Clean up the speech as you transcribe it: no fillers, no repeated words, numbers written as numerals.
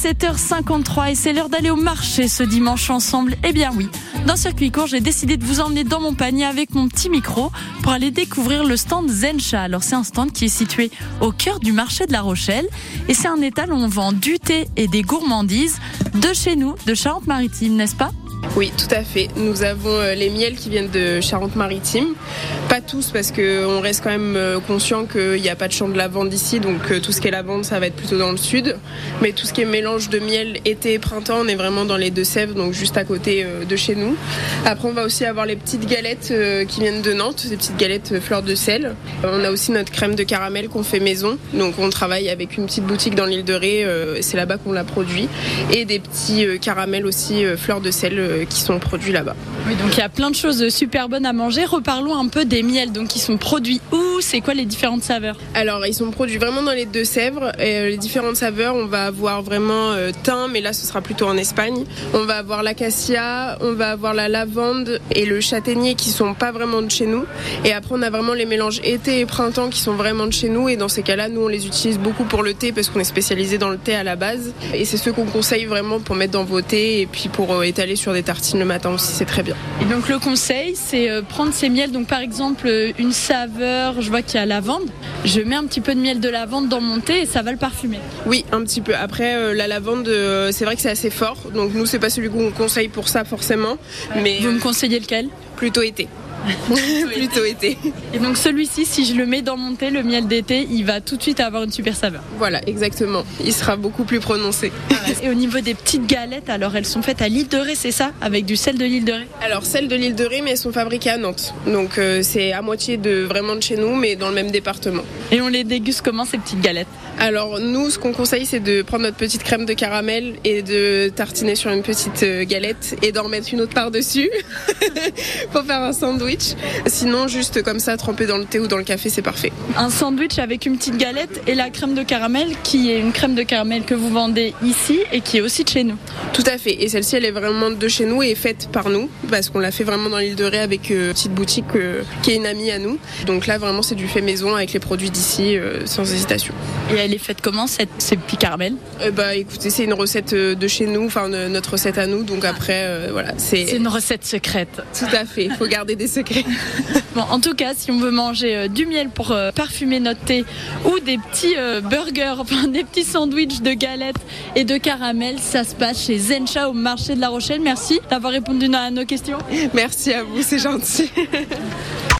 7h53 et c'est l'heure d'aller au marché ce dimanche ensemble. Eh bien oui, dans Circuit Court, j'ai décidé de vous emmener dans mon panier avec mon petit micro pour aller découvrir le stand Zencha. Alors c'est un stand qui est situé au cœur du marché de La Rochelle et c'est un étal où on vend du thé et des gourmandises de chez nous, de Charente-Maritime, n'est-ce pas ? Oui, tout à fait. Nous avons les miels qui viennent de Charente-Maritime. Pas tous, parce qu'on reste quand même conscient qu'il n'y a pas de champ de lavande ici, donc tout ce qui est lavande, ça va être plutôt dans le sud. Mais tout ce qui est mélange de miel été et printemps, on est vraiment dans les Deux-Sèvres, donc juste à côté de chez nous. Après, on va aussi avoir les petites galettes qui viennent de Nantes, des petites galettes fleurs de sel. On a aussi notre crème de caramel qu'on fait maison, donc on travaille avec une petite boutique dans l'île de Ré, c'est là-bas qu'on la produit. Et des petits caramels aussi fleurs de sel qui sont produits là-bas. Oui, donc il y a plein de choses super bonnes à manger. Reparlons un peu des miels, donc qui sont produits où ? C'est quoi les différentes saveurs ? Alors, ils sont produits vraiment dans les Deux-Sèvres. Et les différentes saveurs, on va avoir vraiment thym, mais là, ce sera plutôt en Espagne. On va avoir l'acacia, on va avoir la lavande et le châtaignier qui sont pas vraiment de chez nous. Et après, on a vraiment les mélanges été et printemps qui sont vraiment de chez nous. Et dans ces cas-là, nous, on les utilise beaucoup pour le thé parce qu'on est spécialisé dans le thé à la base. Et c'est ceux qu'on conseille vraiment pour mettre dans vos thés et puis pour étaler sur des tartines le matin aussi, c'est très bien. Et donc le conseil, c'est prendre ces miels, donc par exemple une saveur, je vois qu'il y a lavande, je mets un petit peu de miel de lavande dans mon thé et ça va le parfumer. Oui, un petit peu. Après, la lavande, c'est vrai que c'est assez fort, donc nous, c'est pas celui qu'on conseille pour ça forcément. Mais vous me conseillez lequel ? Plutôt été. Plutôt été. Et donc celui-ci, si je le mets dans mon thé, le miel d'été, il va tout de suite avoir une super saveur. Voilà, exactement. Il sera beaucoup plus prononcé. Et au niveau des petites galettes, alors elles sont faites à l'île de Ré, c'est ça ? Avec du sel de l'île de Ré ? Alors celles de l'île de Ré, mais elles sont fabriquées à Nantes. Donc c'est à moitié vraiment de chez nous, mais dans le même département. Et on les déguste comment ces petites galettes ? Alors nous, ce qu'on conseille, c'est de prendre notre petite crème de caramel et de tartiner sur une petite galette et d'en remettre une autre par-dessus pour faire un sandwich. Sinon, juste comme ça, trempé dans le thé ou dans le café, c'est parfait. Un sandwich avec une petite galette et la crème de caramel, qui est une crème de caramel que vous vendez ici et qui est aussi de chez nous. Tout à fait. Et celle-ci, elle est vraiment de chez nous et est faite par nous, parce qu'on l'a fait vraiment dans l'île de Ré avec une petite boutique qui est une amie à nous. Donc là, vraiment, c'est du fait maison avec les produits d'ici, sans hésitation. Et elle est faite comment, ces petits caramels ? Écoutez, c'est une recette de chez nous, enfin notre recette à nous. Donc après, voilà. C'est une recette secrète. Tout à fait. Il faut garder des secrets. Bon, en tout cas, si on veut manger du miel pour parfumer notre thé ou des petits burgers, enfin des petits sandwichs de galettes et de caramel, ça se passe chez Zencha au marché de La Rochelle. Merci d'avoir répondu à nos questions. Merci à vous, c'est gentil.